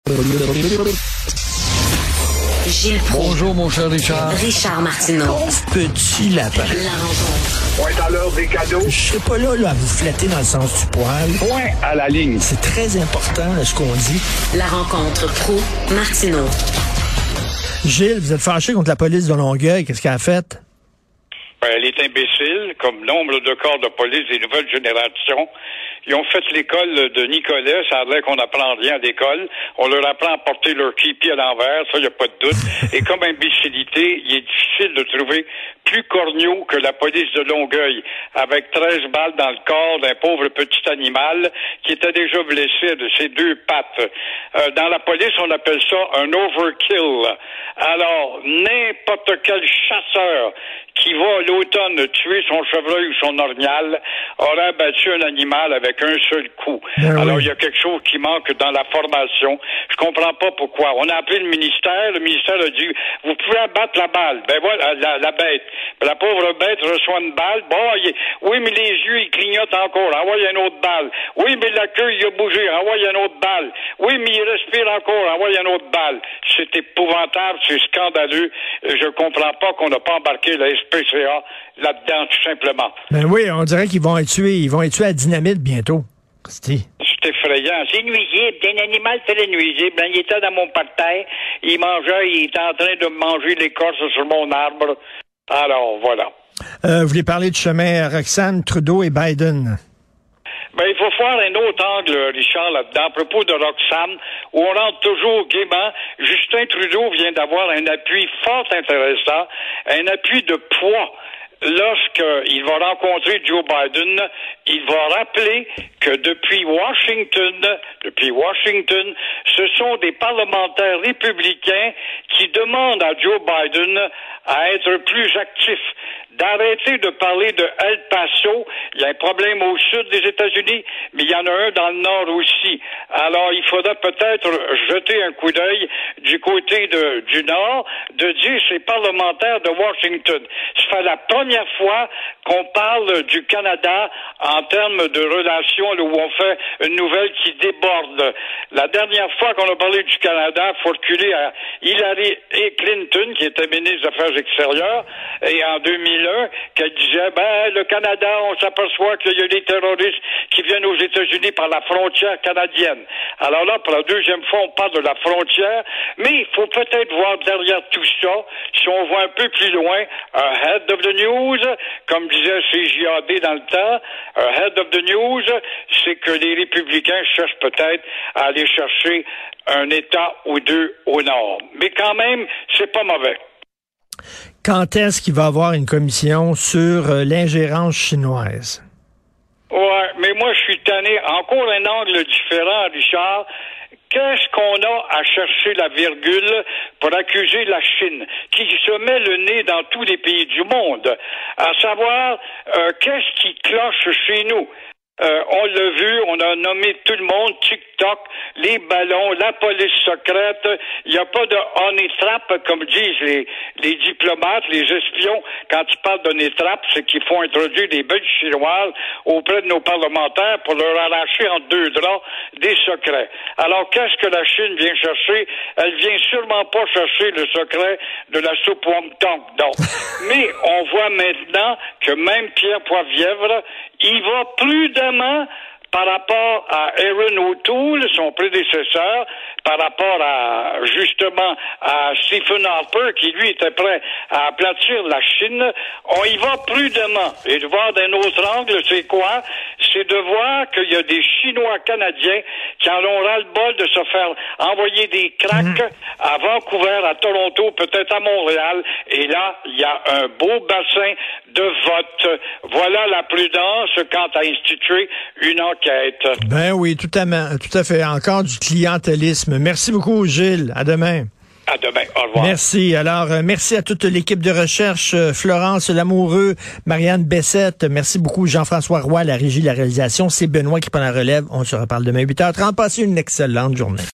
Gilles Proulx. Bonjour, mon cher Richard. Richard Martineau. Petit lapin. La rencontre. Point à l'heure des cadeaux. Je serai pas là à vous flatter dans le sens du poil. Point à la ligne. C'est très important, là, ce qu'on dit. La rencontre Proulx-Martineau. Gilles, vous êtes fâché contre la police de Longueuil. Qu'est-ce qu'elle a fait? Elle est imbécile, comme nombre de corps de police des nouvelles générations. Ils ont fait l'école de Nicolas, ça a l'air qu'on apprend rien à l'école. On leur apprend à porter leur képi à l'envers, ça, il n'y a pas de doute. Et comme imbécilité, il est difficile de trouver plus corneau que la police de Longueuil, avec 13 balles dans le corps d'un pauvre petit animal qui était déjà blessé de ses deux pattes. Dans la police, on appelle ça un overkill. Alors, n'importe quel chasseur qui va à l'automne tuer son chevreuil ou son orignal aurait battu un animal avec un seul coup. Alors, il y a quelque chose qui manque dans la formation. Je comprends pas pourquoi. On a appelé le ministère a dit, vous pouvez abattre la balle. Ben voilà, la bête. La pauvre bête reçoit une balle. Bon, oui, mais les yeux, ils clignotent encore. Envoie une autre balle. Oui, mais la queue, il a bougé. Envoie une autre balle. Oui, mais il respire encore. Envoie une autre balle. C'est épouvantable, c'est scandaleux. Je comprends pas qu'on n'a pas embarqué la SPCA là-dedans, tout simplement. Ben oui, on dirait qu'ils vont être tués. Ils vont être tués à dynamite bientôt. C'est effrayant. C'est nuisible. C'est un animal très nuisible. Il était dans mon parterre. Il mangeait. Il était en train de manger l'écorce sur mon arbre. Alors, voilà. Vous voulez parler du chemin Roxane, Trudeau et Biden? Ben, il faut faire un autre angle, Richard, là-dedans, à propos de Roxane, où on rentre toujours gaiement. Justin Trudeau vient d'avoir un appui fort intéressant, un appui de poids. Lorsqu'il va rencontrer Joe Biden, il va rappeler que depuis Washington, ce sont des parlementaires républicains qui demandent à Joe Biden à être plus actif, d'arrêter de parler de El Paso. Il y a un problème au sud des États-Unis, mais il y en a un dans le nord aussi. Alors, il faudra peut-être jeter un coup d'œil du côté du nord, de dire ces parlementaires de Washington. Ça fait la première fois qu'on parle du Canada en termes de relations là, où on fait une nouvelle qui déborde. La dernière fois qu'on a parlé du Canada, il faut reculer à Hillary Clinton, qui était ministre des Affaires extérieures, et en 2001, qu'elle disait, le Canada, on s'aperçoit qu'il y a des terroristes qui viennent aux États-Unis par la frontière canadienne. Alors là, pour la deuxième fois, on parle de la frontière, mais il faut peut-être voir derrière tout ça, si on voit un peu plus loin, un head of the news, comme disait CJAD dans le temps, un head of the news, c'est que les républicains cherchent peut-être à aller chercher un État ou deux au nord. Mais quand même, c'est pas mauvais. Quand est-ce qu'il va y avoir une commission sur l'ingérence chinoise? Ouais, mais moi, je suis tanné. Encore un angle différent, Richard. Qu'est-ce qu'on a à chercher la virgule pour accuser la Chine, qui se met le nez dans tous les pays du monde, à savoir qu'est-ce qui cloche chez nous? On l'a vu, on a nommé tout le monde, TikTok, les ballons, la police secrète. Il n'y a pas de honey trap, comme disent les diplomates, les espions. Quand ils parlent d'honey trap, c'est qu'il faut introduire des belles chinoises auprès de nos parlementaires pour leur arracher en deux draps des secrets. Alors, qu'est-ce que la Chine vient chercher? Elle vient sûrement pas chercher le secret de la soupe wonton. Donc, mais on voit maintenant que même Pierre Poilievre, il va prudemment par rapport à Aaron O'Toole, son prédécesseur, par rapport à, justement, à Stephen Harper, qui, lui, était prêt à aplatir la Chine. On y va prudemment. Et de voir d'un autre angle, c'est quoi? C'est de voir qu'il y a des Chinois canadiens qui en ont ras-le-bol de se faire envoyer des cracks à Vancouver, à Toronto, peut-être à Montréal. Et là, il y a un beau bassin de vote. Voilà la prudence quant à instituer une enquête. Ben oui, tout à fait. Encore du clientélisme. Merci beaucoup, Gilles. À demain. À demain. Au revoir. Merci. Alors, merci à toute l'équipe de recherche. Florence Lamoureux, Marianne Bessette. Merci beaucoup, Jean-François Roy, la régie, la réalisation. C'est Benoît qui prend la relève. On se reparle demain 8h30. Passez une excellente journée.